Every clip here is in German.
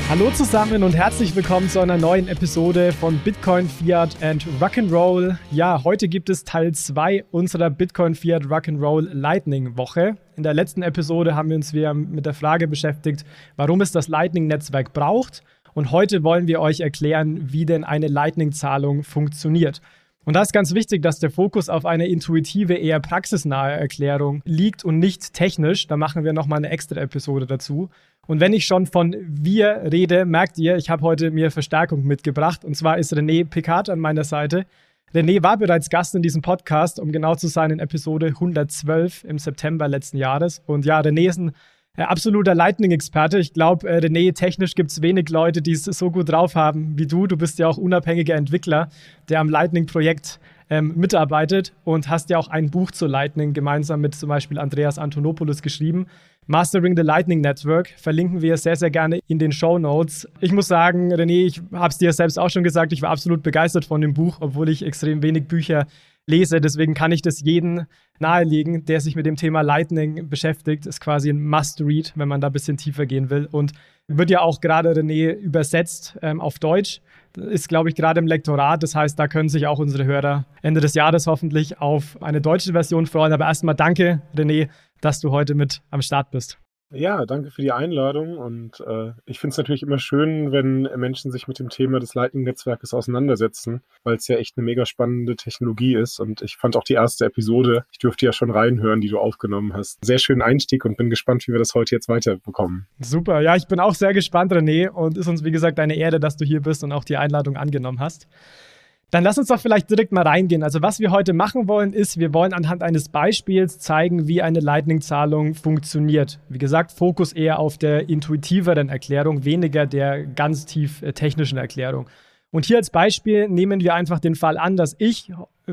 Hallo zusammen und herzlich willkommen zu einer neuen Episode von Bitcoin, Fiat and Rock'n'Roll. Ja, heute gibt es Teil 2 unserer Bitcoin, Fiat, Rock'n'Roll Lightning Woche. In der letzten Episode haben wir uns wieder mit der Frage beschäftigt, warum es das Lightning-Netzwerk braucht. Und heute wollen wir euch erklären, wie denn eine Lightning-Zahlung funktioniert. Und da ist ganz wichtig, dass der Fokus auf eine intuitive, eher praxisnahe Erklärung liegt und nicht technisch. Da machen wir nochmal eine extra Episode dazu. Und wenn ich schon von wir rede, merkt ihr, ich habe heute mir Verstärkung mitgebracht. Und zwar ist René Picard an meiner Seite. René war bereits Gast in diesem Podcast, um genau zu sein, in Episode 112 im September letzten Jahres. Und ja, René ist ein absoluter Lightning-Experte. Ich glaube, René, technisch gibt es wenig Leute, die es so gut drauf haben wie du. Du bist ja auch unabhängiger Entwickler, der am Lightning-Projekt mitarbeitet und hast ja auch ein Buch zu Lightning gemeinsam mit zum Beispiel Andreas Antonopoulos geschrieben. Mastering the Lightning Network verlinken wir sehr, sehr gerne in den Shownotes. Ich muss sagen, René, ich habe es dir selbst auch schon gesagt, ich war absolut begeistert von dem Buch, obwohl ich extrem wenig Bücher lese. Deswegen kann ich das jedem nahelegen, der sich mit dem Thema Lightning beschäftigt. Ist quasi ein Must-Read, wenn man da ein bisschen tiefer gehen will. Und wird ja auch gerade, René, übersetzt auf Deutsch. Ist, glaube ich, gerade im Lektorat. Das heißt, da können sich auch unsere Hörer Ende des Jahres hoffentlich auf eine deutsche Version freuen. Aber erstmal danke, René, dass du heute mit am Start bist. Ja, danke für die Einladung und ich finde es natürlich immer schön, wenn Menschen sich mit dem Thema des Lightning-Netzwerkes auseinandersetzen, weil es ja echt eine mega spannende Technologie ist und ich fand auch die erste Episode, ich durfte ja schon reinhören, die du aufgenommen hast. Sehr schönen Einstieg und bin gespannt, wie wir das heute jetzt weiterbekommen. Super, ja, ich bin auch sehr gespannt, René, und ist uns, wie gesagt, eine Ehre, dass du hier bist und auch die Einladung angenommen hast. Dann lass uns doch vielleicht direkt mal reingehen. Also was wir heute machen wollen, ist, wir wollen anhand eines Beispiels zeigen, wie eine Lightning-Zahlung funktioniert. Wie gesagt, Fokus eher auf der intuitiveren Erklärung, weniger der ganz tief technischen Erklärung. Und hier als Beispiel nehmen wir einfach den Fall an, dass ich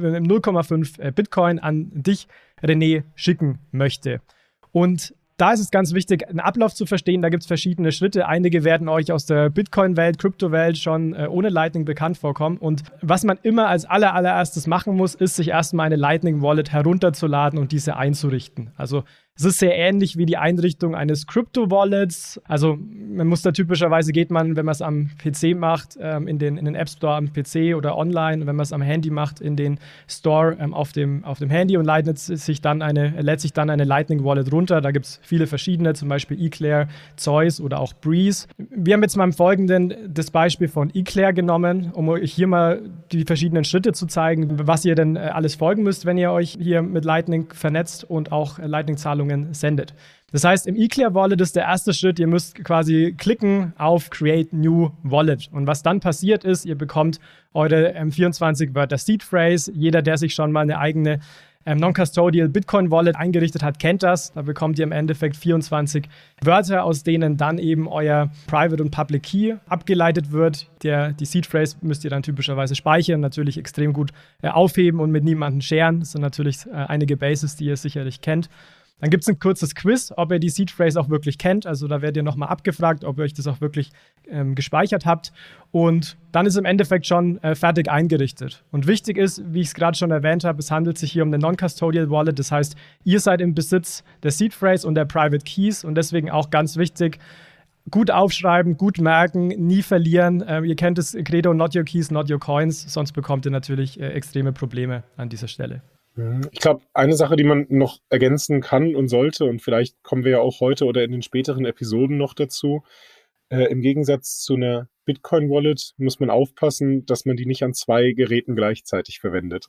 0,5 Bitcoin an dich, René, schicken möchte. Und da ist es ganz wichtig, einen Ablauf zu verstehen. Da gibt es verschiedene Schritte. Einige werden euch aus der Bitcoin-Welt, Kryptowelt schon ohne Lightning bekannt vorkommen. Und was man immer als allererstes machen muss, ist, sich erstmal eine Lightning-Wallet herunterzuladen und diese einzurichten. Also es ist sehr ähnlich wie die Einrichtung eines Crypto-Wallets. Also man muss da typischerweise, geht man, wenn man es am PC macht, in den App Store am PC oder online. Und wenn man es am Handy macht, in den Store auf dem Handy und lädt sich dann eine Lightning-Wallet runter. Da gibt es viele verschiedene, zum Beispiel Eclair, Zeus oder auch Breeze. Wir haben jetzt mal im Folgenden das Beispiel von Eclair genommen, um euch hier mal die verschiedenen Schritte zu zeigen, was ihr denn alles folgen müsst, wenn ihr euch hier mit Lightning vernetzt und auch Lightning-Zahlungen sendet. Das heißt, im Eclair Wallet ist der erste Schritt, ihr müsst quasi klicken auf Create New Wallet. Und was dann passiert ist, ihr bekommt eure 24 Wörter Seed Phrase. Jeder, der sich schon mal eine eigene Non-Custodial Bitcoin Wallet eingerichtet hat, kennt das. Da bekommt ihr im Endeffekt 24 Wörter, aus denen dann eben euer Private und Public Key abgeleitet wird. Die Seed Phrase müsst ihr dann typischerweise speichern, natürlich extrem gut aufheben und mit niemandem sharen. Das sind natürlich einige Bases, die ihr sicherlich kennt. Dann gibt es ein kurzes Quiz, ob ihr die Seed Phrase auch wirklich kennt. Also da werdet ihr nochmal abgefragt, ob ihr euch das auch wirklich gespeichert habt. Und dann ist im Endeffekt schon fertig eingerichtet. Und wichtig ist, wie ich es gerade schon erwähnt habe, es handelt sich hier um eine Non-Custodial Wallet. Das heißt, ihr seid im Besitz der Seed Phrase und der Private Keys. Und deswegen auch ganz wichtig, gut aufschreiben, gut merken, nie verlieren. Ihr kennt das Credo, not your keys, not your coins. Sonst bekommt ihr natürlich extreme Probleme an dieser Stelle. Ich glaube, eine Sache, die man noch ergänzen kann und sollte, und vielleicht kommen wir ja auch heute oder in den späteren Episoden noch dazu, im Gegensatz zu einer Bitcoin-Wallet muss man aufpassen, dass man die nicht an 2 Geräten gleichzeitig verwendet.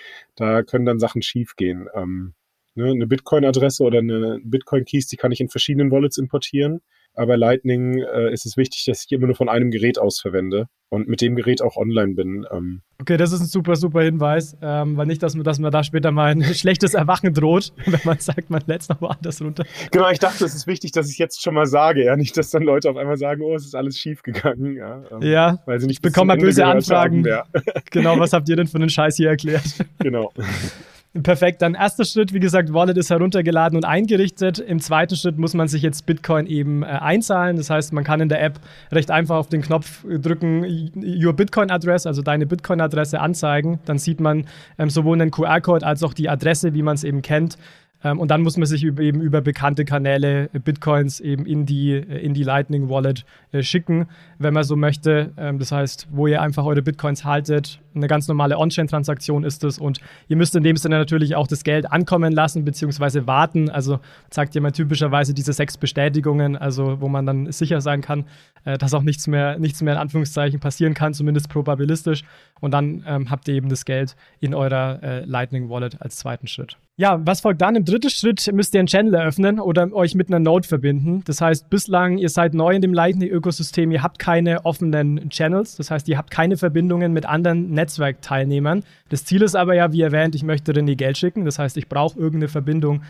Da können dann Sachen schiefgehen. Eine Bitcoin-Adresse oder eine Bitcoin-Keys, die kann ich in verschiedenen Wallets importieren. Aber Lightning ist es wichtig, dass ich immer nur von einem Gerät aus verwende und mit dem Gerät auch online bin. Okay, das ist ein super, super Hinweis, weil nicht, dass man da später mal ein schlechtes Erwachen droht, wenn man sagt, man lädt es noch woanders runter. Genau, ich dachte, es ist wichtig, dass ich es jetzt schon mal sage, ja, nicht, dass dann Leute auf einmal sagen, oh, es ist alles schief gegangen. Ja, weil sie nicht ich bekomme mal böse Anfragen. Ja. Genau, was habt ihr denn für einen Scheiß hier erklärt? Genau. Perfekt, dann erster Schritt, wie gesagt, Wallet ist heruntergeladen und eingerichtet. Im zweiten Schritt muss man sich jetzt Bitcoin eben einzahlen. Das heißt, man kann in der App recht einfach auf den Knopf drücken, Your Bitcoin Address, also deine Bitcoin-Adresse anzeigen. Dann sieht man sowohl einen QR-Code als auch die Adresse, wie man es eben kennt, Und dann muss man sich eben über bekannte Kanäle Bitcoins eben in die Lightning Wallet schicken, wenn man so möchte. Das heißt, wo ihr einfach eure Bitcoins haltet, eine ganz normale On-Chain-Transaktion ist es. Und ihr müsst in dem Sinne natürlich auch das Geld ankommen lassen, beziehungsweise warten. Also sagt jemand typischerweise diese 6 Bestätigungen, also wo man dann sicher sein kann, dass auch nichts mehr in Anführungszeichen passieren kann, zumindest probabilistisch. Und dann habt ihr eben das Geld in eurer Lightning Wallet als zweiten Schritt. Ja, was folgt dann? Im dritten Schritt müsst ihr einen Channel eröffnen oder euch mit einer Node verbinden. Das heißt, bislang, ihr seid neu in dem Lightning-Ökosystem, ihr habt keine offenen Channels. Das heißt, ihr habt keine Verbindungen mit anderen Netzwerkteilnehmern. Das Ziel ist aber ja, wie erwähnt, ich möchte René Geld schicken. Das heißt, ich brauche irgendeine Verbindung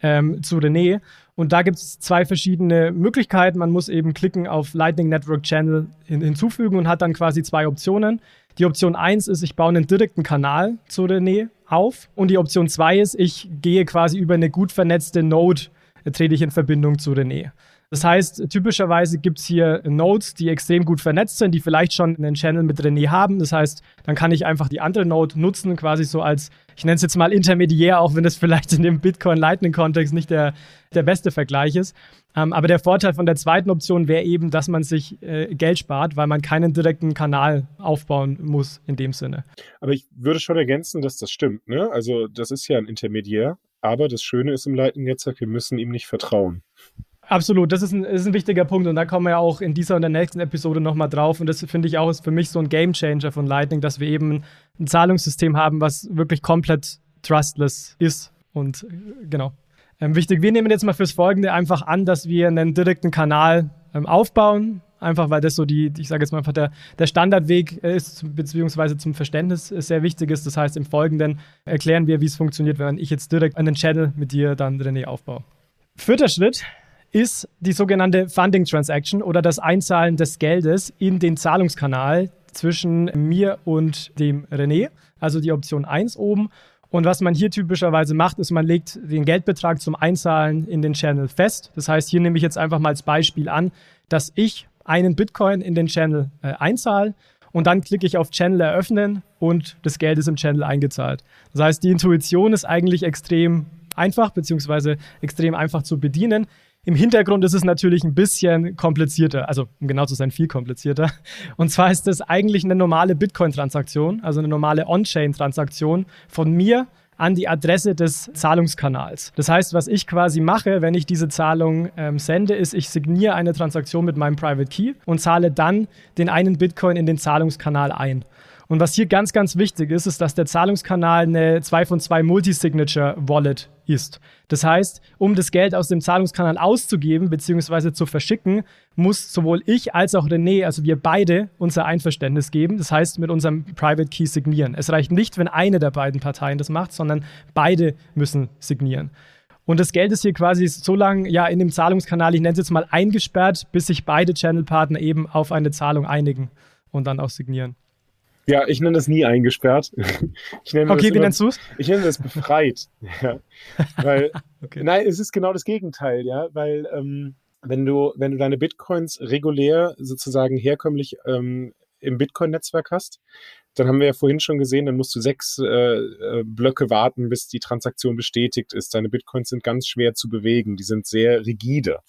zu René. Und da gibt es 2 verschiedene Möglichkeiten. Man muss eben klicken auf Lightning Network Channel hinzufügen und hat dann quasi 2 Optionen. Die Option 1 ist, ich baue einen direkten Kanal zu René auf. Und die Option 2 ist, ich gehe quasi über eine gut vernetzte Node, trete ich in Verbindung zu René. Das heißt, typischerweise gibt es hier Nodes, die extrem gut vernetzt sind, die vielleicht schon einen Channel mit René haben. Das heißt, dann kann ich einfach die andere Node nutzen, quasi so als, ich nenne es jetzt mal Intermediär, auch wenn das vielleicht in dem Bitcoin-Lightning-Kontext nicht der beste Vergleich ist. Aber der Vorteil von der zweiten Option wäre eben, dass man sich Geld spart, weil man keinen direkten Kanal aufbauen muss in dem Sinne. Aber ich würde schon ergänzen, dass das stimmt, ne? Also das ist ja ein Intermediär, aber das Schöne ist im Lightning-Netzwerk, wir müssen ihm nicht vertrauen. Absolut, das ist ein wichtiger Punkt und da kommen wir ja auch in dieser und der nächsten Episode nochmal drauf und das finde ich auch ist für mich so ein Gamechanger von Lightning, dass wir eben ein Zahlungssystem haben, was wirklich komplett trustless ist und genau. Wichtig, wir nehmen jetzt mal fürs Folgende einfach an, dass wir einen direkten Kanal aufbauen, einfach weil das so ich sage jetzt mal einfach der Standardweg ist, beziehungsweise zum Verständnis sehr wichtig ist. Das heißt, im Folgenden erklären wir, wie es funktioniert, wenn ich jetzt direkt einen Channel mit dir dann René aufbaue. 4. Schritt ist die sogenannte Funding Transaction oder das Einzahlen des Geldes in den Zahlungskanal zwischen mir und dem René, also die Option 1 oben. Und was man hier typischerweise macht, ist, man legt den Geldbetrag zum Einzahlen in den Channel fest. Das heißt, hier nehme ich jetzt einfach mal als Beispiel an, dass ich einen Bitcoin in den Channel einzahle und dann klicke ich auf Channel eröffnen und das Geld ist im Channel eingezahlt. Das heißt, die Intuition ist eigentlich extrem einfach, beziehungsweise extrem einfach zu bedienen. Im Hintergrund ist es natürlich ein bisschen komplizierter, also um genau zu sein, viel komplizierter. Und zwar ist das eigentlich eine normale Bitcoin-Transaktion, also eine normale On-Chain-Transaktion von mir an die Adresse des Zahlungskanals. Das heißt, was ich quasi mache, wenn ich diese Zahlung sende, ist, ich signiere eine Transaktion mit meinem Private Key und zahle dann den einen Bitcoin in den Zahlungskanal ein. Und was hier ganz, ganz wichtig ist, ist, dass der Zahlungskanal eine 2-von-2 Multisignature-Wallet ist. Das heißt, um das Geld aus dem Zahlungskanal auszugeben bzw. zu verschicken, muss sowohl ich als auch René, also wir beide, unser Einverständnis geben. Das heißt, mit unserem Private Key signieren. Es reicht nicht, wenn eine der beiden Parteien das macht, sondern beide müssen signieren. Und das Geld ist hier quasi so lange in dem Zahlungskanal, ich nenne es jetzt mal eingesperrt, bis sich beide Channelpartner eben auf eine Zahlung einigen und dann auch signieren. Ja, ich nenne das nie eingesperrt. Wie nennst du es? Ich nenne das befreit. Ja. Weil, okay. Nein, es ist genau das Gegenteil, ja, weil wenn du deine Bitcoins regulär sozusagen herkömmlich im Bitcoin-Netzwerk hast, dann haben wir ja vorhin schon gesehen, dann musst du 6 Blöcke warten, bis die Transaktion bestätigt ist. Deine Bitcoins sind ganz schwer zu bewegen, die sind sehr rigide.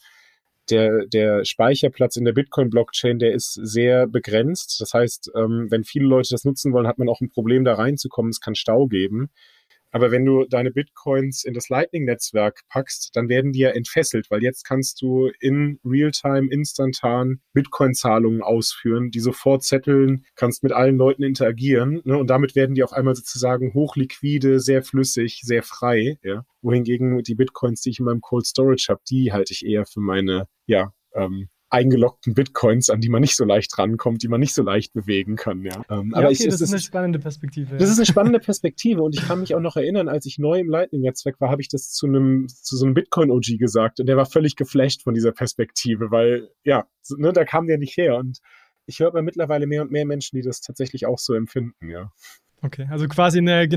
Der Speicherplatz in der Bitcoin-Blockchain, der ist sehr begrenzt. Das heißt, wenn viele Leute das nutzen wollen, hat man auch ein Problem, da reinzukommen. Es kann Stau geben. Aber wenn du deine Bitcoins in das Lightning-Netzwerk packst, dann werden die ja entfesselt, weil jetzt kannst du in Realtime, instantan Bitcoin-Zahlungen ausführen, die sofort zetteln, kannst mit allen Leuten interagieren, ne? Und damit werden die auf einmal sozusagen hochliquide, sehr flüssig, sehr frei, ja. Wohingegen die Bitcoins, die ich in meinem Cold Storage habe, die halte ich eher für meine, eingeloggten Bitcoins, an die man nicht so leicht rankommt, die man nicht so leicht bewegen kann. Ja. Aber das ist eine spannende Perspektive. Das ist eine spannende Perspektive und ich kann mich auch noch erinnern, als ich neu im Lightning-Netzwerk war, habe ich das zu so einem Bitcoin-OG gesagt und der war völlig geflasht von dieser Perspektive, weil, da kam der nicht her und ich höre aber mittlerweile mehr und mehr Menschen, die das tatsächlich auch so empfinden, ja. Okay, also quasi eine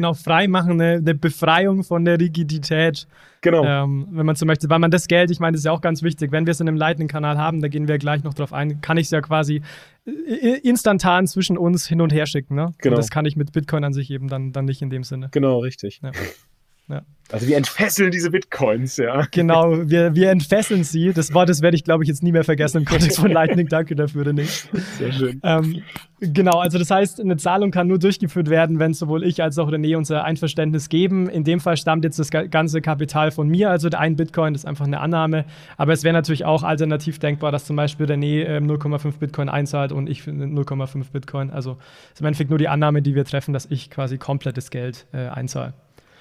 Befreiung von der Rigidität. Genau. Wenn man so möchte, weil man das Geld, ich meine, das ist ja auch ganz wichtig, wenn wir es in einem Lightning-Kanal haben, da gehen wir gleich noch drauf ein, kann ich es ja quasi instantan zwischen uns hin und her schicken. Ne? Genau. Und das kann ich mit Bitcoin an sich eben dann nicht in dem Sinne. Genau, richtig. Ja. Ja. Also wir entfesseln diese Bitcoins, ja. Genau, wir entfesseln sie. Das Wort, das werde ich, glaube ich, jetzt nie mehr vergessen im Kontext von Lightning. Danke dafür, René. Sehr schön. Genau, also das heißt, eine Zahlung kann nur durchgeführt werden, wenn sowohl ich als auch René unser Einverständnis geben. In dem Fall stammt jetzt das ganze Kapital von mir, also der ein Bitcoin, das ist einfach eine Annahme. Aber es wäre natürlich auch alternativ denkbar, dass zum Beispiel René 0,5 Bitcoin einzahlt und ich 0,5 Bitcoin. Also es ist im Endeffekt nur die Annahme, die wir treffen, dass ich quasi komplettes Geld einzahle.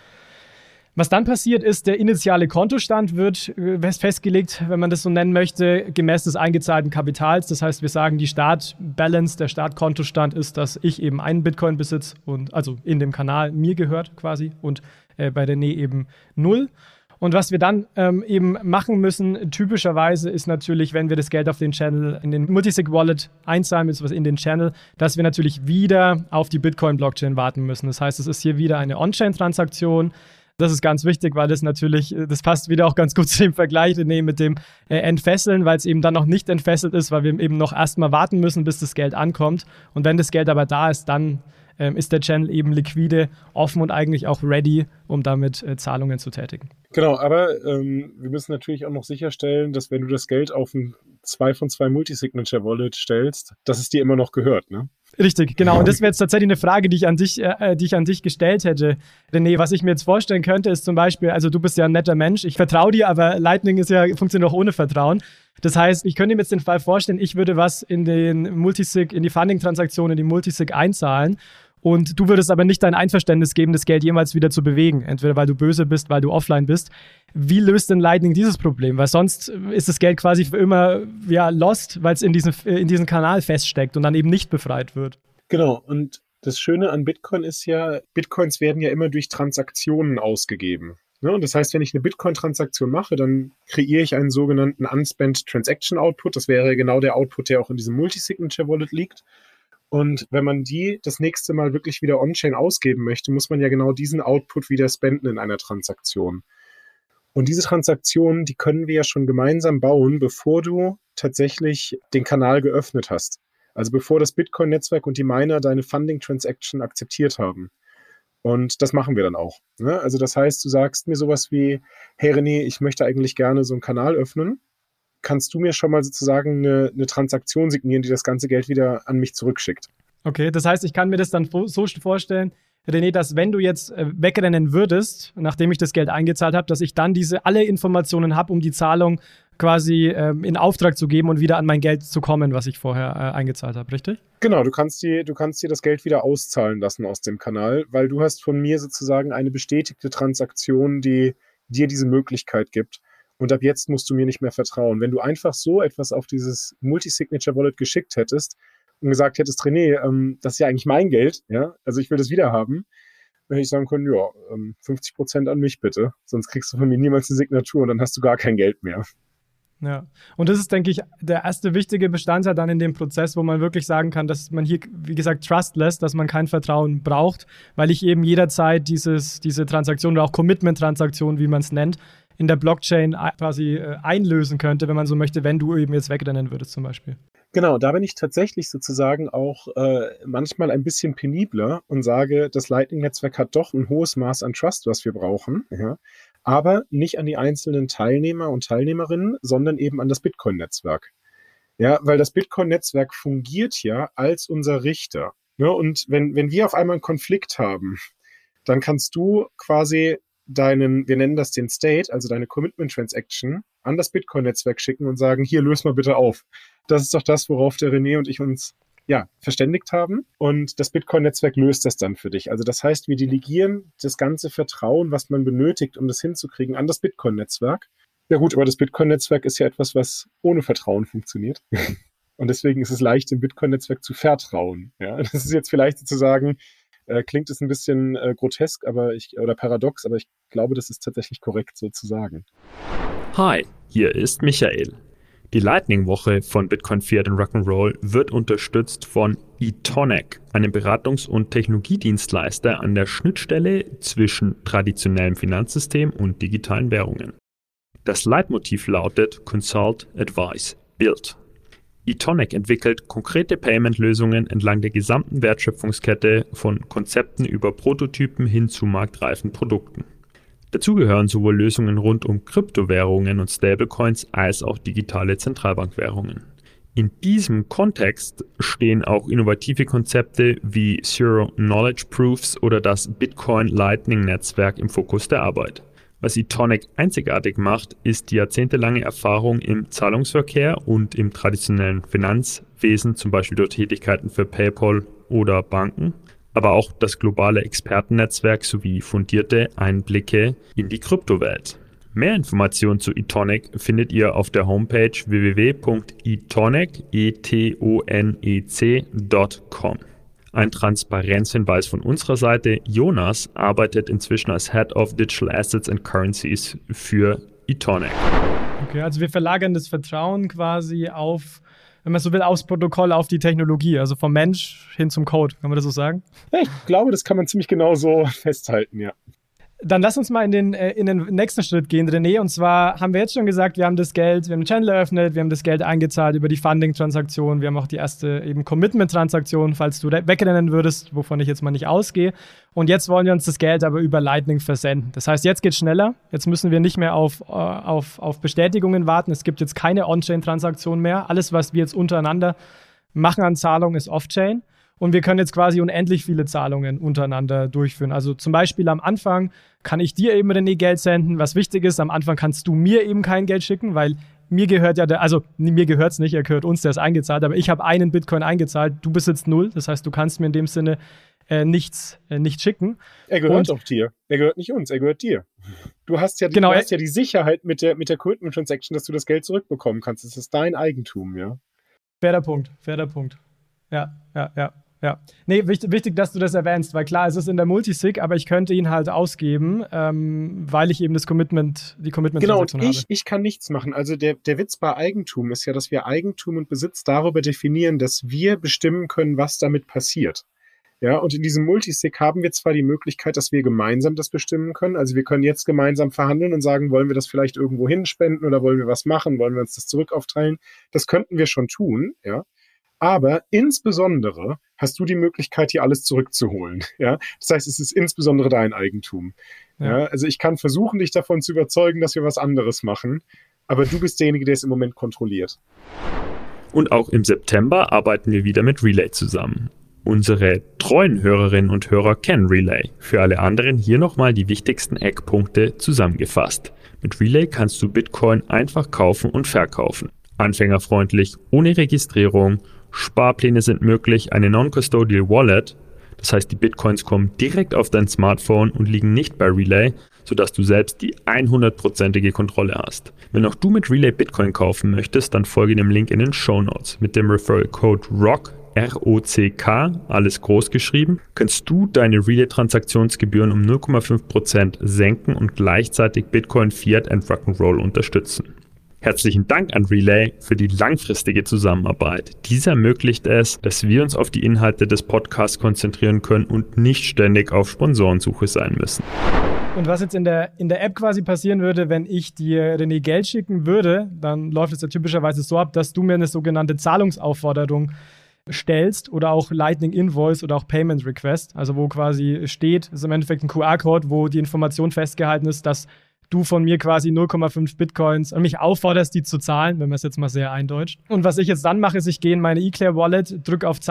Was dann passiert ist, der initiale Kontostand wird festgelegt, wenn man das so nennen möchte, gemäß des eingezahlten Kapitals. Das heißt, wir sagen, die Startbalance, der Startkontostand ist, dass ich eben einen Bitcoin besitze und also in dem Kanal mir gehört quasi und bei René eben 0. Und was wir dann eben machen müssen, typischerweise ist natürlich, wenn wir das Geld auf den Channel, in den Multisig-Wallet einzahlen, beziehungsweise in den Channel, dass wir natürlich wieder auf die Bitcoin-Blockchain warten müssen. Das heißt, es ist hier wieder eine On-Chain-Transaktion. Das ist ganz wichtig, weil das natürlich, das passt wieder auch ganz gut zu dem Vergleich mit dem Entfesseln, weil es eben dann noch nicht entfesselt ist, weil wir eben noch erstmal warten müssen, bis das Geld ankommt. Und wenn das Geld aber da ist, dann ist der Channel eben liquide, offen und eigentlich auch ready, um damit Zahlungen zu tätigen. Genau, aber wir müssen natürlich auch noch sicherstellen, dass wenn du das Geld auf ein 2 von 2 Multisignature-Wallet stellst, dass es dir immer noch gehört, ne? Richtig, genau. Und das wäre jetzt tatsächlich eine Frage, die ich an dich gestellt hätte. René, was ich mir jetzt vorstellen könnte, ist zum Beispiel, also du bist ja ein netter Mensch, ich vertraue dir, aber Lightning funktioniert auch ohne Vertrauen. Das heißt, ich könnte mir jetzt den Fall vorstellen, ich würde was in die Funding-Transaktion, in die Multisig einzahlen. Und du würdest aber nicht dein Einverständnis geben, das Geld jemals wieder zu bewegen. Entweder weil du böse bist, weil du offline bist. Wie löst denn Lightning dieses Problem? Weil sonst ist das Geld quasi für immer lost, weil es in diesem Kanal feststeckt und dann eben nicht befreit wird. Genau. Und das Schöne an Bitcoin ist ja, Bitcoins werden ja immer durch Transaktionen ausgegeben. Ne? Und das heißt, wenn ich eine Bitcoin-Transaktion mache, dann kreiere ich einen sogenannten Unspent Transaction Output. Das wäre genau der Output, der auch in diesem Multisignature-Wallet liegt. Und wenn man die das nächste Mal wirklich wieder on-chain ausgeben möchte, muss man ja genau diesen Output wieder spenden in einer Transaktion. Und diese Transaktionen, die können wir ja schon gemeinsam bauen, bevor du tatsächlich den Kanal geöffnet hast. Also bevor das Bitcoin-Netzwerk und die Miner deine Funding-Transaction akzeptiert haben. Und das machen wir dann auch. Ne? Also das heißt, du sagst mir sowas wie, hey René, ich möchte eigentlich gerne so einen Kanal öffnen. Kannst du mir schon mal sozusagen eine Transaktion signieren, die das ganze Geld wieder an mich zurückschickt? Okay, das heißt, ich kann mir das dann so vorstellen, René, dass wenn du jetzt wegrennen würdest, nachdem ich das Geld eingezahlt habe, dass ich dann alle Informationen habe, um die Zahlung quasi in Auftrag zu geben und wieder an mein Geld zu kommen, was ich vorher eingezahlt habe, richtig? Genau, du kannst dir das Geld wieder auszahlen lassen aus dem Kanal, weil du hast von mir sozusagen eine bestätigte Transaktion, die dir diese Möglichkeit gibt. Und ab jetzt musst du mir nicht mehr vertrauen. Wenn du einfach so etwas auf dieses Multisignature-Wallet geschickt hättest und gesagt hättest, René, das ist ja eigentlich mein Geld, ja, also ich will das wieder haben, dann hätte ich sagen können, ja, 50% an mich bitte, sonst kriegst du von mir niemals eine Signatur und dann hast du gar kein Geld mehr. Ja, und das ist, denke ich, der erste wichtige Bestandteil dann in dem Prozess, wo man wirklich sagen kann, dass man hier, wie gesagt, trustless, dass man kein Vertrauen braucht, weil ich eben jederzeit diese Transaktion oder auch Commitment-Transaktion, wie man es nennt, in der Blockchain quasi einlösen könnte, wenn man so möchte, wenn du eben jetzt wegrennen würdest zum Beispiel. Genau, da bin ich tatsächlich sozusagen auch manchmal ein bisschen penibler und sage, das Lightning-Netzwerk hat doch ein hohes Maß an Trust, was wir brauchen, ja, aber nicht an die einzelnen Teilnehmer und Teilnehmerinnen, sondern eben an das Bitcoin-Netzwerk. Ja, weil das Bitcoin-Netzwerk fungiert ja als unser Richter. Ja, und wenn wir auf einmal einen Konflikt haben, dann kannst du quasi wir nennen das den State, also deine Commitment Transaction, an das Bitcoin-Netzwerk schicken und sagen, hier, löse mal bitte auf. Das ist doch das, worauf der René und ich uns verständigt haben. Und das Bitcoin-Netzwerk löst das dann für dich. Also das heißt, wir delegieren das ganze Vertrauen, was man benötigt, um das hinzukriegen, an das Bitcoin-Netzwerk. Ja gut, aber das Bitcoin-Netzwerk ist ja etwas, was ohne Vertrauen funktioniert. Und deswegen ist es leicht, dem Bitcoin-Netzwerk zu vertrauen. Ja, das ist jetzt vielleicht sozusagen klingt es ein bisschen grotesk oder paradox, aber ich glaube, das ist tatsächlich korrekt so zu sagen. Hi, hier ist Michael. Die Lightning-Woche von Bitcoin Fiat und Rock'n'Roll wird unterstützt von eTonic, einem Beratungs- und Technologiedienstleister an der Schnittstelle zwischen traditionellem Finanzsystem und digitalen Währungen. Das Leitmotiv lautet Consult, Advise, Build. eTonic entwickelt konkrete Payment-Lösungen entlang der gesamten Wertschöpfungskette von Konzepten über Prototypen hin zu marktreifen Produkten. Dazu gehören sowohl Lösungen rund um Kryptowährungen und Stablecoins als auch digitale Zentralbankwährungen. In diesem Kontext stehen auch innovative Konzepte wie Zero Knowledge Proofs oder das Bitcoin Lightning Netzwerk im Fokus der Arbeit. Was eTonic einzigartig macht, ist die jahrzehntelange Erfahrung im Zahlungsverkehr und im traditionellen Finanzwesen, zum Beispiel durch Tätigkeiten für PayPal oder Banken, aber auch das globale Expertennetzwerk sowie fundierte Einblicke in die Kryptowelt. Mehr Informationen zu eTonic findet ihr auf der Homepage www.etonec.com. Ein Transparenzhinweis von unserer Seite: Jonas arbeitet inzwischen als Head of Digital Assets and Currencies für eTonic. Okay, also wir verlagern das Vertrauen quasi auf, wenn man so will, aufs Protokoll, auf die Technologie, also vom Mensch hin zum Code. Kann man das so sagen? Ja, ich glaube, das kann man ziemlich genau so festhalten, ja. Dann lass uns mal in den nächsten Schritt gehen, René. Und zwar haben wir jetzt schon gesagt, wir haben das Geld, wir haben den Channel eröffnet, wir haben das Geld eingezahlt über die Funding-Transaktion, wir haben auch die erste eben Commitment-Transaktion, falls du wegrennen würdest, wovon ich jetzt mal nicht ausgehe. Und jetzt wollen wir uns das Geld aber über Lightning versenden. Das heißt, jetzt geht es schneller. Jetzt müssen wir nicht mehr auf Bestätigungen warten. Es gibt jetzt keine On-Chain-Transaktion mehr. Alles, was wir jetzt untereinander machen an Zahlungen, ist Off-Chain. Und wir können jetzt quasi unendlich viele Zahlungen untereinander durchführen. Also zum Beispiel am Anfang kann ich dir eben, René, Geld senden. Was wichtig ist, am Anfang kannst du mir eben kein Geld schicken, weil mir gehört ja, mir gehört es nicht, er gehört uns, der ist eingezahlt, aber ich habe einen Bitcoin eingezahlt, du besitzt 0. Das heißt, du kannst mir in dem Sinne nichts schicken. Er gehört auch dir. Er gehört nicht uns, er gehört dir. Du hast ja die Sicherheit mit der Commitment Transaction, dass du das Geld zurückbekommen kannst. Das ist dein Eigentum, ja. Fairer Punkt. Ja. Nee, wichtig, dass du das erwähnst, weil klar, es ist in der Multisig, aber ich könnte ihn halt ausgeben, weil ich eben die Commitment-Transaktion habe. Genau, und ich kann nichts machen. Also der Witz bei Eigentum ist ja, dass wir Eigentum und Besitz darüber definieren, dass wir bestimmen können, was damit passiert. Ja, und in diesem Multisig haben wir zwar die Möglichkeit, dass wir gemeinsam das bestimmen können. Also wir können jetzt gemeinsam verhandeln und sagen, wollen wir das vielleicht irgendwo hinspenden oder wollen wir was machen, wollen wir uns das zurückaufteilen? Das könnten wir schon tun, ja. Aber insbesondere hast du die Möglichkeit, hier alles zurückzuholen. Ja? Das heißt, es ist insbesondere dein Eigentum. Ja? Also ich kann versuchen, dich davon zu überzeugen, dass wir was anderes machen, aber du bist derjenige, der es im Moment kontrolliert. Und auch im September arbeiten wir wieder mit Relay zusammen. Unsere treuen Hörerinnen und Hörer kennen Relay. Für alle anderen hier nochmal die wichtigsten Eckpunkte zusammengefasst. Mit Relay kannst du Bitcoin einfach kaufen und verkaufen. Anfängerfreundlich, ohne Registrierung. Sparpläne sind möglich, eine Non-Custodial Wallet, das heißt, die Bitcoins kommen direkt auf dein Smartphone und liegen nicht bei Relay, sodass du selbst die 100%ige Kontrolle hast. Wenn auch du mit Relay Bitcoin kaufen möchtest, dann folge dem Link in den Shownotes. Mit dem Referral Code ROCK, R-O-C-K, alles groß geschrieben, kannst du deine Relay-Transaktionsgebühren um 0,5% senken und gleichzeitig Bitcoin, Fiat und Rock'n'Roll unterstützen. Herzlichen Dank an Relay für die langfristige Zusammenarbeit. Dies ermöglicht es, dass wir uns auf die Inhalte des Podcasts konzentrieren können und nicht ständig auf Sponsorensuche sein müssen. Und was jetzt in der App quasi passieren würde, wenn ich dir, René, Geld schicken würde, dann läuft es ja typischerweise so ab, dass du mir eine sogenannte Zahlungsaufforderung stellst oder auch Lightning Invoice oder auch Payment Request, also wo quasi steht, ist im Endeffekt ein QR-Code, wo die Information festgehalten ist, dass du von mir quasi 0,5 Bitcoins und mich aufforderst, die zu zahlen, wenn man es jetzt mal sehr eindeutscht. Und was ich jetzt dann mache, ist, ich gehe in meine eClair-Wallet, drücke auf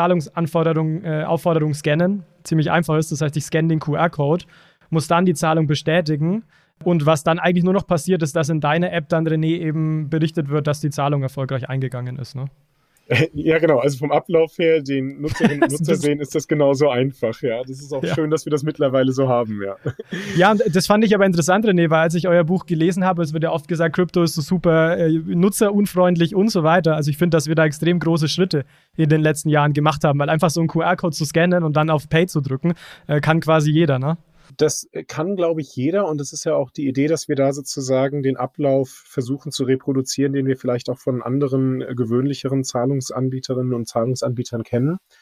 Aufforderung scannen. Ziemlich einfach ist, das heißt, ich scanne den QR-Code, muss dann die Zahlung bestätigen. Und was dann eigentlich nur noch passiert, ist, dass in deiner App dann, René, eben berichtet wird, dass die Zahlung erfolgreich eingegangen ist, ne? Ja, genau. Also vom Ablauf her, den Nutzerinnen und Nutzer sehen, ist das genauso einfach. Ja, das ist auch schön, dass wir das mittlerweile so haben. Ja. Ja, und das fand ich aber interessant, René, weil als ich euer Buch gelesen habe, es wird ja oft gesagt, Krypto ist so super nutzerunfreundlich und so weiter. Also ich finde, dass wir da extrem große Schritte in den letzten Jahren gemacht haben, weil einfach so einen QR-Code zu scannen und dann auf Pay zu drücken, kann quasi jeder, ne? Das kann, glaube ich, jeder, und das ist ja auch die Idee, dass wir da sozusagen den Ablauf versuchen zu reproduzieren, den wir vielleicht auch von anderen gewöhnlicheren Zahlungsanbieterinnen und Zahlungsanbietern kennen.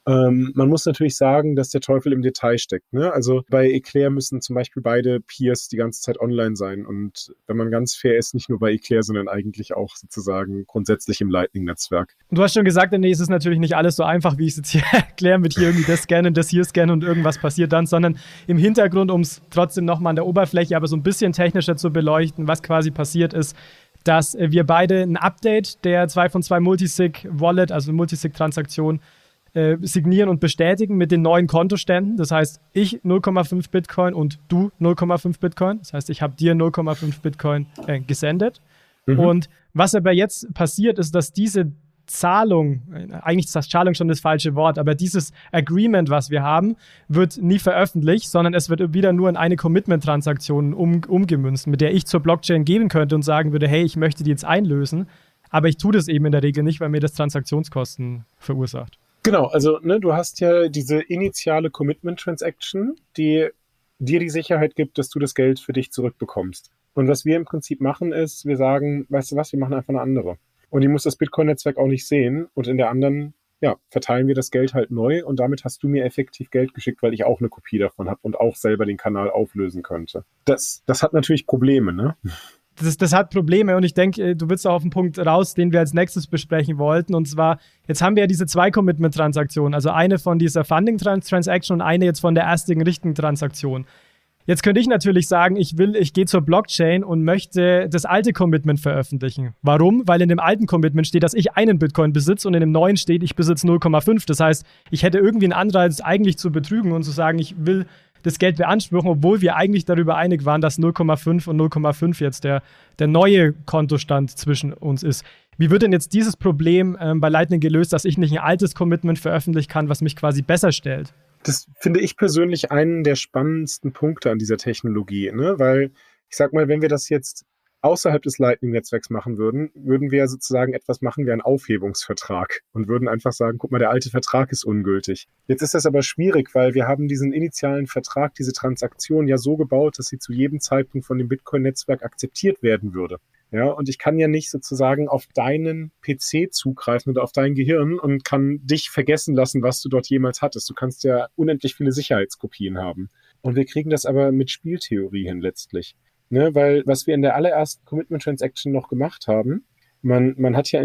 Man muss natürlich sagen, dass der Teufel im Detail steckt. Ne? Also bei Eclair müssen zum Beispiel beide Peers die ganze Zeit online sein. Und wenn man ganz fair ist, nicht nur bei Eclair, sondern eigentlich auch sozusagen grundsätzlich im Lightning-Netzwerk. Du hast schon gesagt, nee, es ist natürlich nicht alles so einfach, wie ich es jetzt hier erkläre, mit hier irgendwie das scannen, das hier scannen und irgendwas passiert dann, sondern im Hintergrund, um es trotzdem nochmal an der Oberfläche, aber so ein bisschen technischer zu beleuchten, was quasi passiert ist, dass wir beide ein Update der 2-von-2 Multisig-Wallet, also Multisig-Transaktion, signieren und bestätigen mit den neuen Kontoständen. Das heißt, ich 0,5 Bitcoin und du 0,5 Bitcoin. Das heißt, ich habe dir 0,5 Bitcoin gesendet. Und was aber jetzt passiert, ist, dass diese Zahlung, eigentlich ist das Zahlung schon das falsche Wort, aber dieses Agreement, was wir haben, wird nie veröffentlicht, sondern es wird wieder nur in eine Commitment-Transaktion umgemünzt, mit der ich zur Blockchain geben könnte und sagen würde, hey, ich möchte die jetzt einlösen, aber ich tue das eben in der Regel nicht, weil mir das Transaktionskosten verursacht. Genau, also du hast ja diese initiale Commitment-Transaction, die dir die Sicherheit gibt, dass du das Geld für dich zurückbekommst. Und was wir im Prinzip machen, ist, wir sagen, weißt du was, wir machen einfach eine andere. Und die muss das Bitcoin-Netzwerk auch nicht sehen. Und in der anderen, verteilen wir das Geld halt neu. Und damit hast du mir effektiv Geld geschickt, weil ich auch eine Kopie davon habe und auch selber den Kanal auflösen könnte. Das hat natürlich Probleme, ne? Das hat Probleme und ich denke, du willst auch auf den Punkt raus, den wir als nächstes besprechen wollten. Und zwar, jetzt haben wir ja diese 2 Commitment-Transaktionen, also eine von dieser Funding-Transaction und eine jetzt von der ersten richtigen Transaktion. Jetzt könnte ich natürlich sagen, ich gehe zur Blockchain und möchte das alte Commitment veröffentlichen. Warum? Weil in dem alten Commitment steht, dass ich einen Bitcoin besitze und in dem neuen steht, ich besitze 0,5. Das heißt, ich hätte irgendwie einen Anreiz, eigentlich zu betrügen und zu sagen, ich will das Geld beanspruchen, obwohl wir eigentlich darüber einig waren, dass 0,5 und 0,5 jetzt der neue Kontostand zwischen uns ist. Wie wird denn jetzt dieses Problem bei Lightning gelöst, dass ich nicht ein altes Commitment veröffentlichen kann, was mich quasi besser stellt? Das finde ich persönlich einen der spannendsten Punkte an dieser Technologie, ne? Weil ich sag mal, wenn wir das jetzt außerhalb des Lightning-Netzwerks machen würden wir ja sozusagen etwas machen wie einen Aufhebungsvertrag und würden einfach sagen, guck mal, der alte Vertrag ist ungültig. Jetzt ist das aber schwierig, weil wir haben diesen initialen Vertrag, diese Transaktion ja so gebaut, dass sie zu jedem Zeitpunkt von dem Bitcoin-Netzwerk akzeptiert werden würde. Ja, und ich kann ja nicht sozusagen auf deinen PC zugreifen oder auf dein Gehirn und kann dich vergessen lassen, was du dort jemals hattest. Du kannst ja unendlich viele Sicherheitskopien haben. Und wir kriegen das aber mit Spieltheorie hin letztlich. Ne, weil was wir in der allerersten Commitment-Transaction noch gemacht haben, man hat ja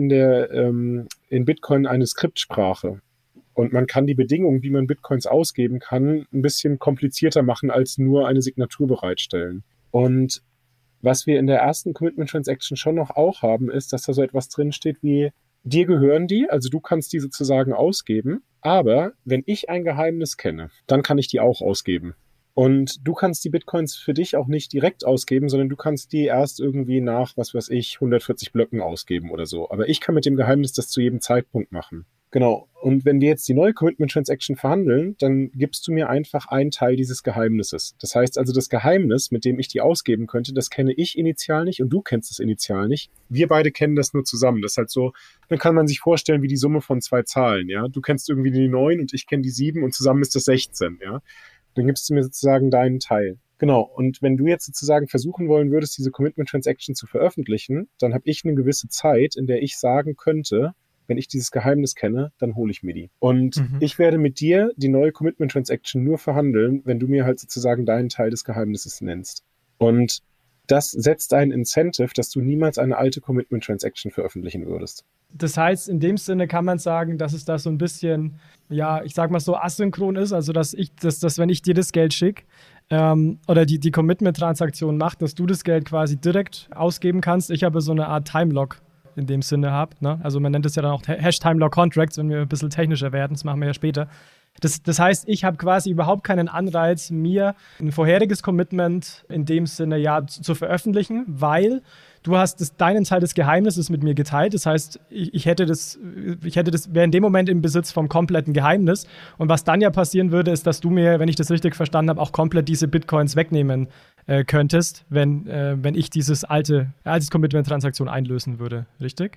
in Bitcoin eine Skriptsprache und man kann die Bedingungen, wie man Bitcoins ausgeben kann, ein bisschen komplizierter machen als nur eine Signatur bereitstellen. Und was wir in der ersten Commitment-Transaction schon noch auch haben, ist, dass da so etwas drinsteht wie, dir gehören die, also du kannst die sozusagen ausgeben, aber wenn ich ein Geheimnis kenne, dann kann ich die auch ausgeben. Und du kannst die Bitcoins für dich auch nicht direkt ausgeben, sondern du kannst die erst irgendwie nach, 140 Blöcken ausgeben oder so. Aber ich kann mit dem Geheimnis das zu jedem Zeitpunkt machen. Genau. Und wenn wir jetzt die neue Commitment-Transaction verhandeln, dann gibst du mir einfach einen Teil dieses Geheimnisses. Das heißt also, das Geheimnis, mit dem ich die ausgeben könnte, das kenne ich initial nicht und du kennst es initial nicht. Wir beide kennen das nur zusammen. Das ist halt so, dann kann man sich vorstellen wie die Summe von 2 Zahlen, ja. Du kennst irgendwie die 9 und ich kenne die 7 und zusammen ist das 16, ja. Dann gibst du mir sozusagen deinen Teil. Genau, und wenn du jetzt sozusagen versuchen wollen würdest, diese Commitment-Transaction zu veröffentlichen, dann habe ich eine gewisse Zeit, in der ich sagen könnte, wenn ich dieses Geheimnis kenne, dann hole ich mir die. Und ich werde mit dir die neue Commitment-Transaction nur verhandeln, wenn du mir halt sozusagen deinen Teil des Geheimnisses nennst. Und das setzt ein Incentive, dass du niemals eine alte Commitment-Transaction veröffentlichen würdest. Das heißt, in dem Sinne kann man sagen, dass es da so ein bisschen, ja, ich sag mal so asynchron ist, also dass wenn ich dir das Geld schicke oder die Commitment-Transaktion macht, dass du das Geld quasi direkt ausgeben kannst. Ich aber so eine Art Timelock in dem Sinne habe. Ne? Also man nennt es ja dann auch Hash-Timelock-Contracts, wenn wir ein bisschen technischer werden, das machen wir ja später. Das heißt, ich habe quasi überhaupt keinen Anreiz, mir ein vorheriges Commitment in dem Sinne ja zu veröffentlichen, weil du hast deinen Teil des Geheimnisses mit mir geteilt. Das heißt, ich wäre in dem Moment im Besitz vom kompletten Geheimnis. Und was dann ja passieren würde, ist, dass du mir, wenn ich das richtig verstanden habe, auch komplett diese Bitcoins wegnehmen könntest, wenn ich dieses alte Commitment-Transaktion einlösen würde. Richtig?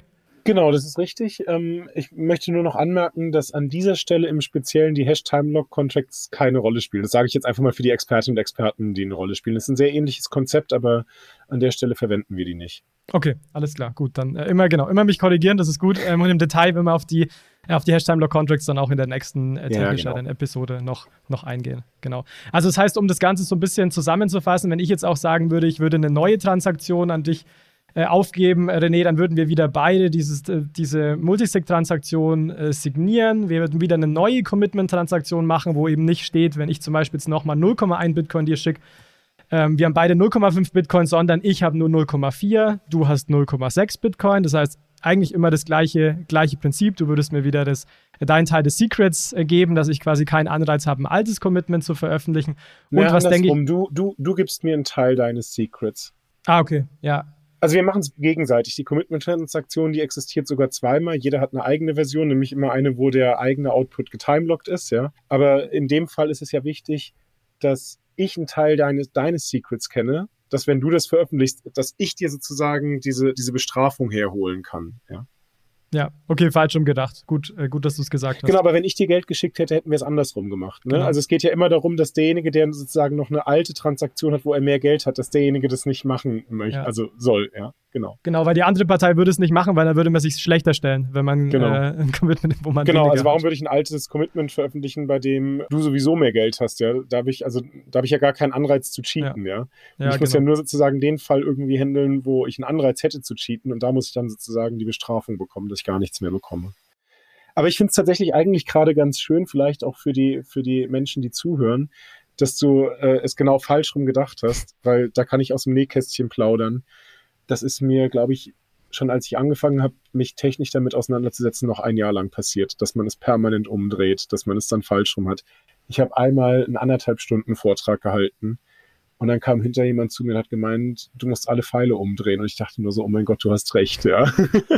Genau, das ist richtig. Ich möchte nur noch anmerken, dass an dieser Stelle im Speziellen die Hash-Time-Lock-Contracts keine Rolle spielen. Das sage ich jetzt einfach mal für die Expertinnen und Experten, die eine Rolle spielen. Das ist ein sehr ähnliches Konzept, aber an der Stelle verwenden wir die nicht. Okay, alles klar, gut. Dann immer mich korrigieren, das ist gut. Und im Detail, wenn wir auf die Hash-Time-Lock-Contracts dann auch in der nächsten technischeren Episode noch eingehen. Genau. Also das heißt, um das Ganze so ein bisschen zusammenzufassen, wenn ich jetzt auch sagen würde, ich würde eine neue Transaktion an dich aufgeben, René, dann würden wir wieder beide diese Multisig-Transaktion signieren. Wir würden wieder eine neue Commitment-Transaktion machen, wo eben nicht steht, wenn ich zum Beispiel jetzt nochmal 0,1 Bitcoin dir schicke, wir haben beide 0,5 Bitcoin, sondern ich habe nur 0,4, du hast 0,6 Bitcoin. Das heißt, eigentlich immer das gleiche Prinzip. Du würdest mir wieder deinen Teil des Secrets geben, dass ich quasi keinen Anreiz habe, ein altes Commitment zu veröffentlichen. Und was denke ich? Du gibst mir einen Teil deines Secrets. Ah, okay, ja. Also wir machen es gegenseitig. Die Commitment-Transaktion, die existiert sogar zweimal. Jeder hat eine eigene Version, nämlich immer eine, wo der eigene Output getimelockt ist. Ja. Aber in dem Fall ist es ja wichtig, dass ich einen Teil deines Secrets kenne, dass wenn du das veröffentlichst, dass ich dir sozusagen diese Bestrafung herholen kann. Ja. Ja, okay, falsch rum gedacht. Gut, dass du es gesagt hast. Genau, aber wenn ich dir Geld geschickt hätte, hätten wir es andersrum gemacht. Ne? Genau. Also es geht ja immer darum, dass derjenige, der sozusagen noch eine alte Transaktion hat, wo er mehr Geld hat, dass derjenige das nicht machen möchte, also soll, ja, genau. Genau, weil die andere Partei würde es nicht machen, weil dann würde man sich schlechter stellen, wenn man ein Commitment, wo man genau, also warum würde ich ein altes Commitment veröffentlichen, bei dem du sowieso mehr Geld hast, ja? Da habe ich ja gar keinen Anreiz zu cheaten, ja. Ich muss ja nur sozusagen den Fall irgendwie handeln, wo ich einen Anreiz hätte zu cheaten und da muss ich dann sozusagen die Bestrafung bekommen, dass ich gar nichts mehr bekomme. Aber ich finde es tatsächlich eigentlich gerade ganz schön, vielleicht auch für die Menschen, die zuhören, dass du es genau falsch rum gedacht hast, weil da kann ich aus dem Nähkästchen plaudern. Das ist mir, glaube ich, schon als ich angefangen habe, mich technisch damit auseinanderzusetzen, noch ein Jahr lang passiert, dass man es permanent umdreht, dass man es dann falsch rum hat. Ich habe einmal einen 1,5 Stunden Vortrag gehalten und dann kam hinter jemand zu mir und hat gemeint, du musst alle Pfeile umdrehen. Und ich dachte nur so, oh mein Gott, du hast recht, ja.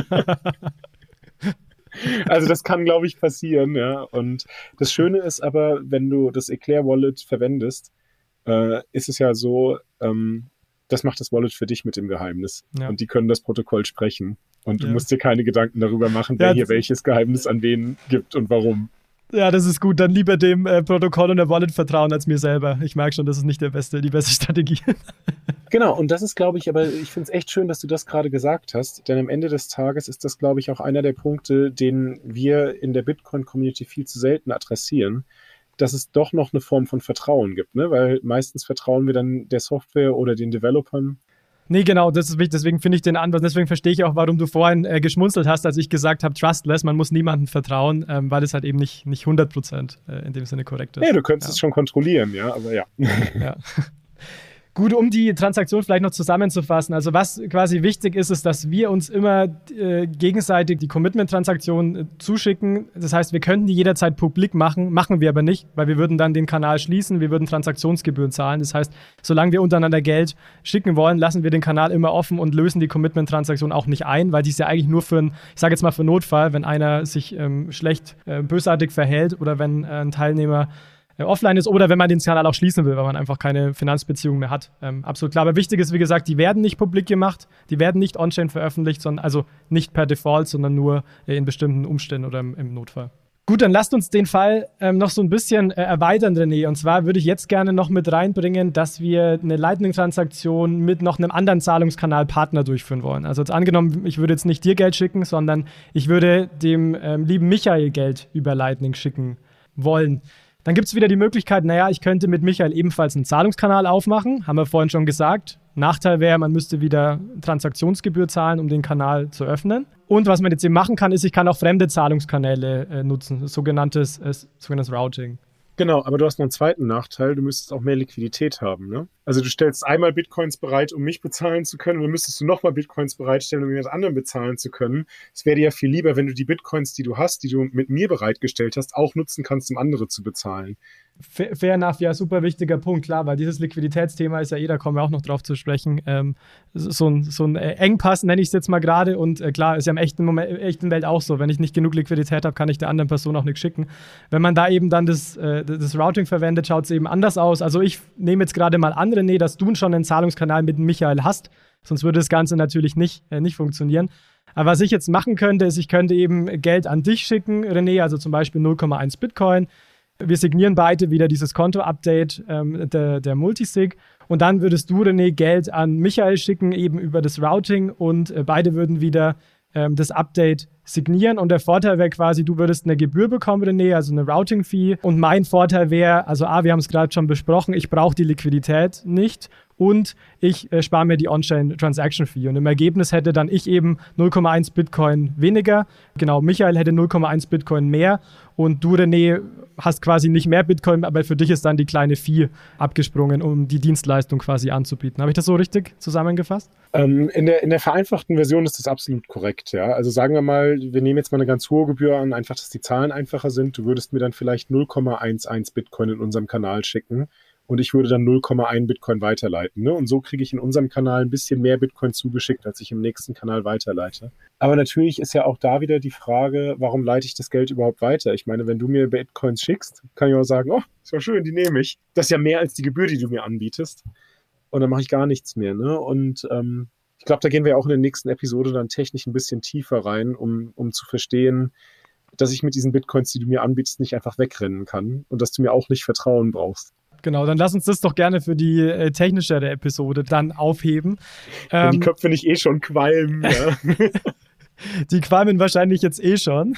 Also das kann, glaube ich, passieren, ja. Und das Schöne ist aber, wenn du das Eclair Wallet verwendest, ist es ja so, das macht das Wallet für dich mit dem Geheimnis. Ja. Und die können das Protokoll sprechen. Und du musst dir keine Gedanken darüber machen, wer hier welches Geheimnis an wen gibt und warum. Ja, das ist gut. Dann lieber dem Protokoll und der Wallet vertrauen als mir selber. Ich merke schon, das ist nicht die beste Strategie. Genau, und das ist, glaube ich, aber ich finde es echt schön, dass du das gerade gesagt hast, denn am Ende des Tages ist das, glaube ich, auch einer der Punkte, den wir in der Bitcoin-Community viel zu selten adressieren, dass es doch noch eine Form von Vertrauen gibt, ne? Weil meistens vertrauen wir dann der Software oder den Developern. Nee, genau, das ist wichtig, deswegen finde ich den Ansatz, deswegen verstehe ich auch, warum du vorhin geschmunzelt hast, als ich gesagt habe, trustless, man muss niemandem vertrauen, weil es halt eben nicht 100% in dem Sinne korrekt ist. Ja, du könntest es schon kontrollieren, ja, aber ja. Ja. Gut, um die Transaktion vielleicht noch zusammenzufassen, also was quasi wichtig ist, ist, dass wir uns immer gegenseitig die Commitment-Transaktion zuschicken. Das heißt, wir könnten die jederzeit publik machen wir aber nicht, weil wir würden dann den Kanal schließen, wir würden Transaktionsgebühren zahlen. Das heißt, solange wir untereinander Geld schicken wollen, lassen wir den Kanal immer offen und lösen die Commitment-Transaktion auch nicht ein, weil die ist ja eigentlich nur für für Notfall, wenn einer sich schlecht bösartig verhält oder wenn ein Teilnehmer offline ist oder wenn man den Kanal auch schließen will, weil man einfach keine Finanzbeziehung mehr hat. Absolut klar. Aber wichtig ist, wie gesagt, die werden nicht publik gemacht, die werden nicht on-chain veröffentlicht, sondern also nicht per Default, sondern nur in bestimmten Umständen oder im Notfall. Gut, dann lasst uns den Fall noch so ein bisschen erweitern, René. Und zwar würde ich jetzt gerne noch mit reinbringen, dass wir eine Lightning-Transaktion mit noch einem anderen Zahlungskanal Partner durchführen wollen. Also jetzt angenommen, ich würde jetzt nicht dir Geld schicken, sondern ich würde dem lieben Michael Geld über Lightning schicken wollen. Dann gibt es wieder die Möglichkeit, ich könnte mit Michael ebenfalls einen Zahlungskanal aufmachen, haben wir vorhin schon gesagt. Nachteil wäre, man müsste wieder Transaktionsgebühr zahlen, um den Kanal zu öffnen. Und was man jetzt eben machen kann, ist, ich kann auch fremde Zahlungskanäle nutzen, sogenanntes Routing. Genau, aber du hast noch einen zweiten Nachteil, du müsstest auch mehr Liquidität haben, ne? Also du stellst einmal Bitcoins bereit, um mich bezahlen zu können, und dann müsstest du nochmal Bitcoins bereitstellen, um jemand anderen bezahlen zu können. Es wäre dir ja viel lieber, wenn du die Bitcoins, die du hast, die du mit mir bereitgestellt hast, auch nutzen kannst, um andere zu bezahlen. Fair enough, ja, super wichtiger Punkt, klar, weil dieses Liquiditätsthema ist ja da kommen wir auch noch drauf zu sprechen, so ein Engpass, nenne ich es jetzt mal gerade, und klar, ist ja im echten Welt auch so, wenn ich nicht genug Liquidität habe, kann ich der anderen Person auch nichts schicken. Wenn man da eben dann das Routing verwendet, schaut es eben anders aus. Also ich nehme jetzt gerade mal an, René, dass du schon einen Zahlungskanal mit Michael hast, sonst würde das Ganze natürlich nicht funktionieren. Aber was ich jetzt machen könnte, ist, ich könnte eben Geld an dich schicken, René, also zum Beispiel 0,1 Bitcoin. Wir signieren beide wieder dieses Konto-Update der Multisig. Und dann würdest du, René, Geld an Michael schicken, eben über das Routing. Und beide würden wieder das Update signieren. Und der Vorteil wäre quasi, du würdest eine Gebühr bekommen, René, also eine Routing-Fee. Und mein Vorteil wäre, also wir haben es gerade schon besprochen, ich brauche die Liquidität nicht. Und ich spare mir die On-Chain-Transaction-Fee. Und im Ergebnis hätte dann ich eben 0,1 Bitcoin weniger. Genau, Michael hätte 0,1 Bitcoin mehr. Und du, René, hast quasi nicht mehr Bitcoin, aber für dich ist dann die kleine Fee abgesprungen, um die Dienstleistung quasi anzubieten. Habe ich das so richtig zusammengefasst? In der vereinfachten Version ist das absolut korrekt, ja. Also sagen wir mal, wir nehmen jetzt mal eine ganz hohe Gebühr an, einfach, dass die Zahlen einfacher sind. Du würdest mir dann vielleicht 0,11 Bitcoin in unserem Kanal schicken. Und ich würde dann 0,1 Bitcoin weiterleiten. Ne? Und so kriege ich in unserem Kanal ein bisschen mehr Bitcoin zugeschickt, als ich im nächsten Kanal weiterleite. Aber natürlich ist ja auch da wieder die Frage, warum leite ich das Geld überhaupt weiter? Ich meine, wenn du mir Bitcoins schickst, kann ich auch sagen, oh, ist ja schön, die nehme ich. Das ist ja mehr als die Gebühr, die du mir anbietest. Und dann mache ich gar nichts mehr. Ne? Und ich glaube, da gehen wir auch in der nächsten Episode dann technisch ein bisschen tiefer rein, um zu verstehen, dass ich mit diesen Bitcoins, die du mir anbietest, nicht einfach wegrennen kann und dass du mir auch nicht Vertrauen brauchst. Genau, dann lass uns das doch gerne für die technischere Episode dann aufheben. Wenn die Köpfe nicht eh schon qualmen. Ja. Die qualmen wahrscheinlich jetzt eh schon.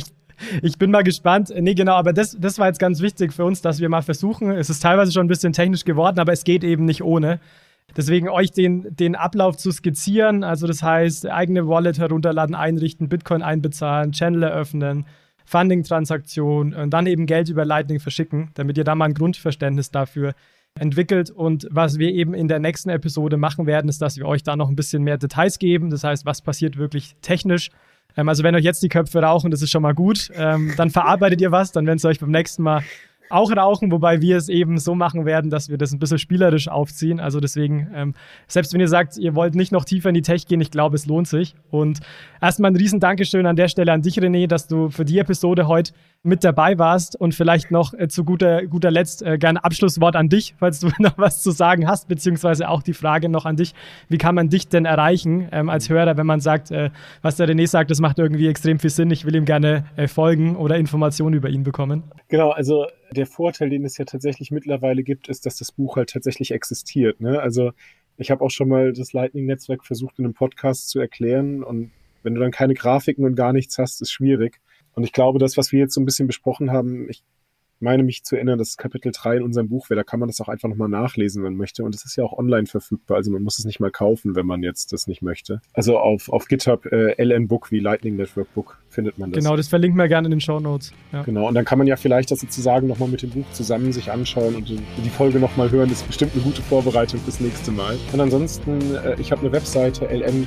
Ich bin mal gespannt. Nee, genau, aber das war jetzt ganz wichtig für uns, dass wir mal versuchen, es ist teilweise schon ein bisschen technisch geworden, aber es geht eben nicht ohne. Deswegen euch den Ablauf zu skizzieren, also das heißt, eigene Wallet herunterladen, einrichten, Bitcoin einbezahlen, Channel eröffnen, Funding-Transaktion und dann eben Geld über Lightning verschicken, damit ihr da mal ein Grundverständnis dafür entwickelt. Und was wir eben in der nächsten Episode machen werden, ist, dass wir euch da noch ein bisschen mehr Details geben. Das heißt, was passiert wirklich technisch. Also wenn euch jetzt die Köpfe rauchen, das ist schon mal gut, dann verarbeitet ihr was, dann werden es euch beim nächsten Mal auch rauchen, wobei wir es eben so machen werden, dass wir das ein bisschen spielerisch aufziehen. Also deswegen, selbst wenn ihr sagt, ihr wollt nicht noch tiefer in die Tech gehen, ich glaube, es lohnt sich. Und erstmal ein riesen Dankeschön an der Stelle an dich, René, dass du für die Episode heute mit dabei warst und vielleicht noch zu guter Letzt gerne Abschlusswort an dich, falls du noch was zu sagen hast, beziehungsweise auch die Frage noch an dich, wie kann man dich denn erreichen als Hörer, wenn man sagt, was der René sagt, das macht irgendwie extrem viel Sinn, ich will ihm gerne folgen oder Informationen über ihn bekommen. Genau, also der Vorteil, den es ja tatsächlich mittlerweile gibt, ist, dass das Buch halt tatsächlich existiert. Ne? Also ich habe auch schon mal das Lightning-Netzwerk versucht, in einem Podcast zu erklären und wenn du dann keine Grafiken und gar nichts hast, ist schwierig. Und ich glaube, das, was wir jetzt so ein bisschen besprochen haben, ich meine mich zu erinnern, das ist Kapitel 3 in unserem Buch wäre, da kann man das auch einfach nochmal nachlesen, wenn man möchte. Und es ist ja auch online verfügbar, also man muss es nicht mal kaufen, wenn man jetzt das nicht möchte. Also auf GitHub LN-Book wie Lightning Network Book findet man das. Genau, das verlinken wir gerne in den Shownotes. Ja. Genau, und dann kann man ja vielleicht das sozusagen nochmal mit dem Buch zusammen sich anschauen und die Folge nochmal hören. Das ist bestimmt eine gute Vorbereitung fürs nächste Mal. Und ansonsten, ich habe eine Webseite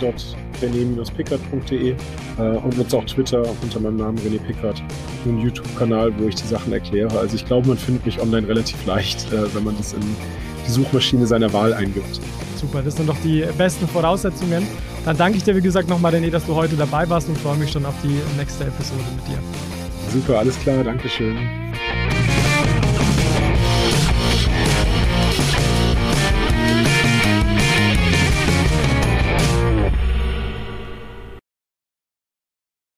ln.rené-pickert.de und nutze auch Twitter unter meinem Namen René Pickert und einen YouTube-Kanal, wo ich die Sachen erkläre. Also ich glaube, man findet mich online relativ leicht, wenn man das in die Suchmaschine seiner Wahl eingibt. Super, das sind doch die besten Voraussetzungen. Dann danke ich dir, wie gesagt, nochmal, René, dass du heute dabei warst und freue mich schon auf die nächste Episode mit dir. Super, alles klar, Dankeschön.